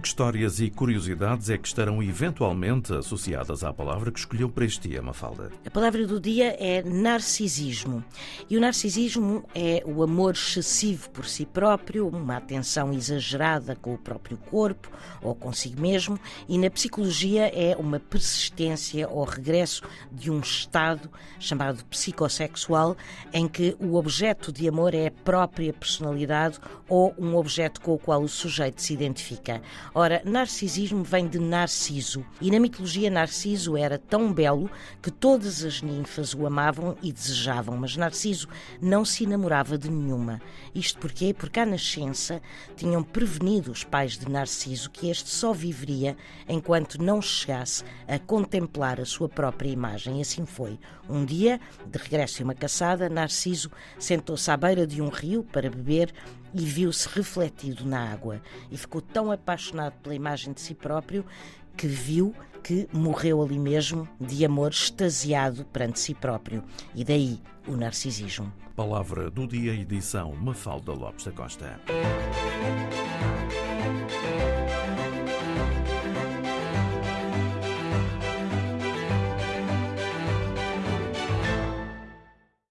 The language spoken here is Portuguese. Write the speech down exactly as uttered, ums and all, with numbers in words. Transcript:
histórias e curiosidades é que estarão eventualmente associadas à palavra que escolheu para este dia, Mafalda? A palavra do dia é narcisismo. E o narcisismo é o amor excessivo por si próprio, uma atenção exagerada com o próprio corpo ou consigo mesmo, e na psicologia é uma persistência ou regresso de um estado chamado psicossexual, em que o objeto de amor é a própria personalidade ou um objeto com o qual o sujeito se identifica. Ora, narcisismo vem de Narciso, e na mitologia Narciso era tão belo que todas as ninfas o amavam e desejavam, mas Narciso não se namorava de nenhuma. Isto porquê? Porque à nascença tinham prevenido os pais de Narciso que este só viveria enquanto não chegasse a contemplar a sua própria imagem. E assim foi. Um dia, de regresso a uma caçada, Narciso sentou-se à beira de um rio para beber e viu-se refletido na água. E ficou tão apaixonado pela imagem de si próprio que viu que morreu ali mesmo de amor extasiado perante si próprio. E daí o narcisismo. Palavra do dia, edição Mafalda Lopes da Costa.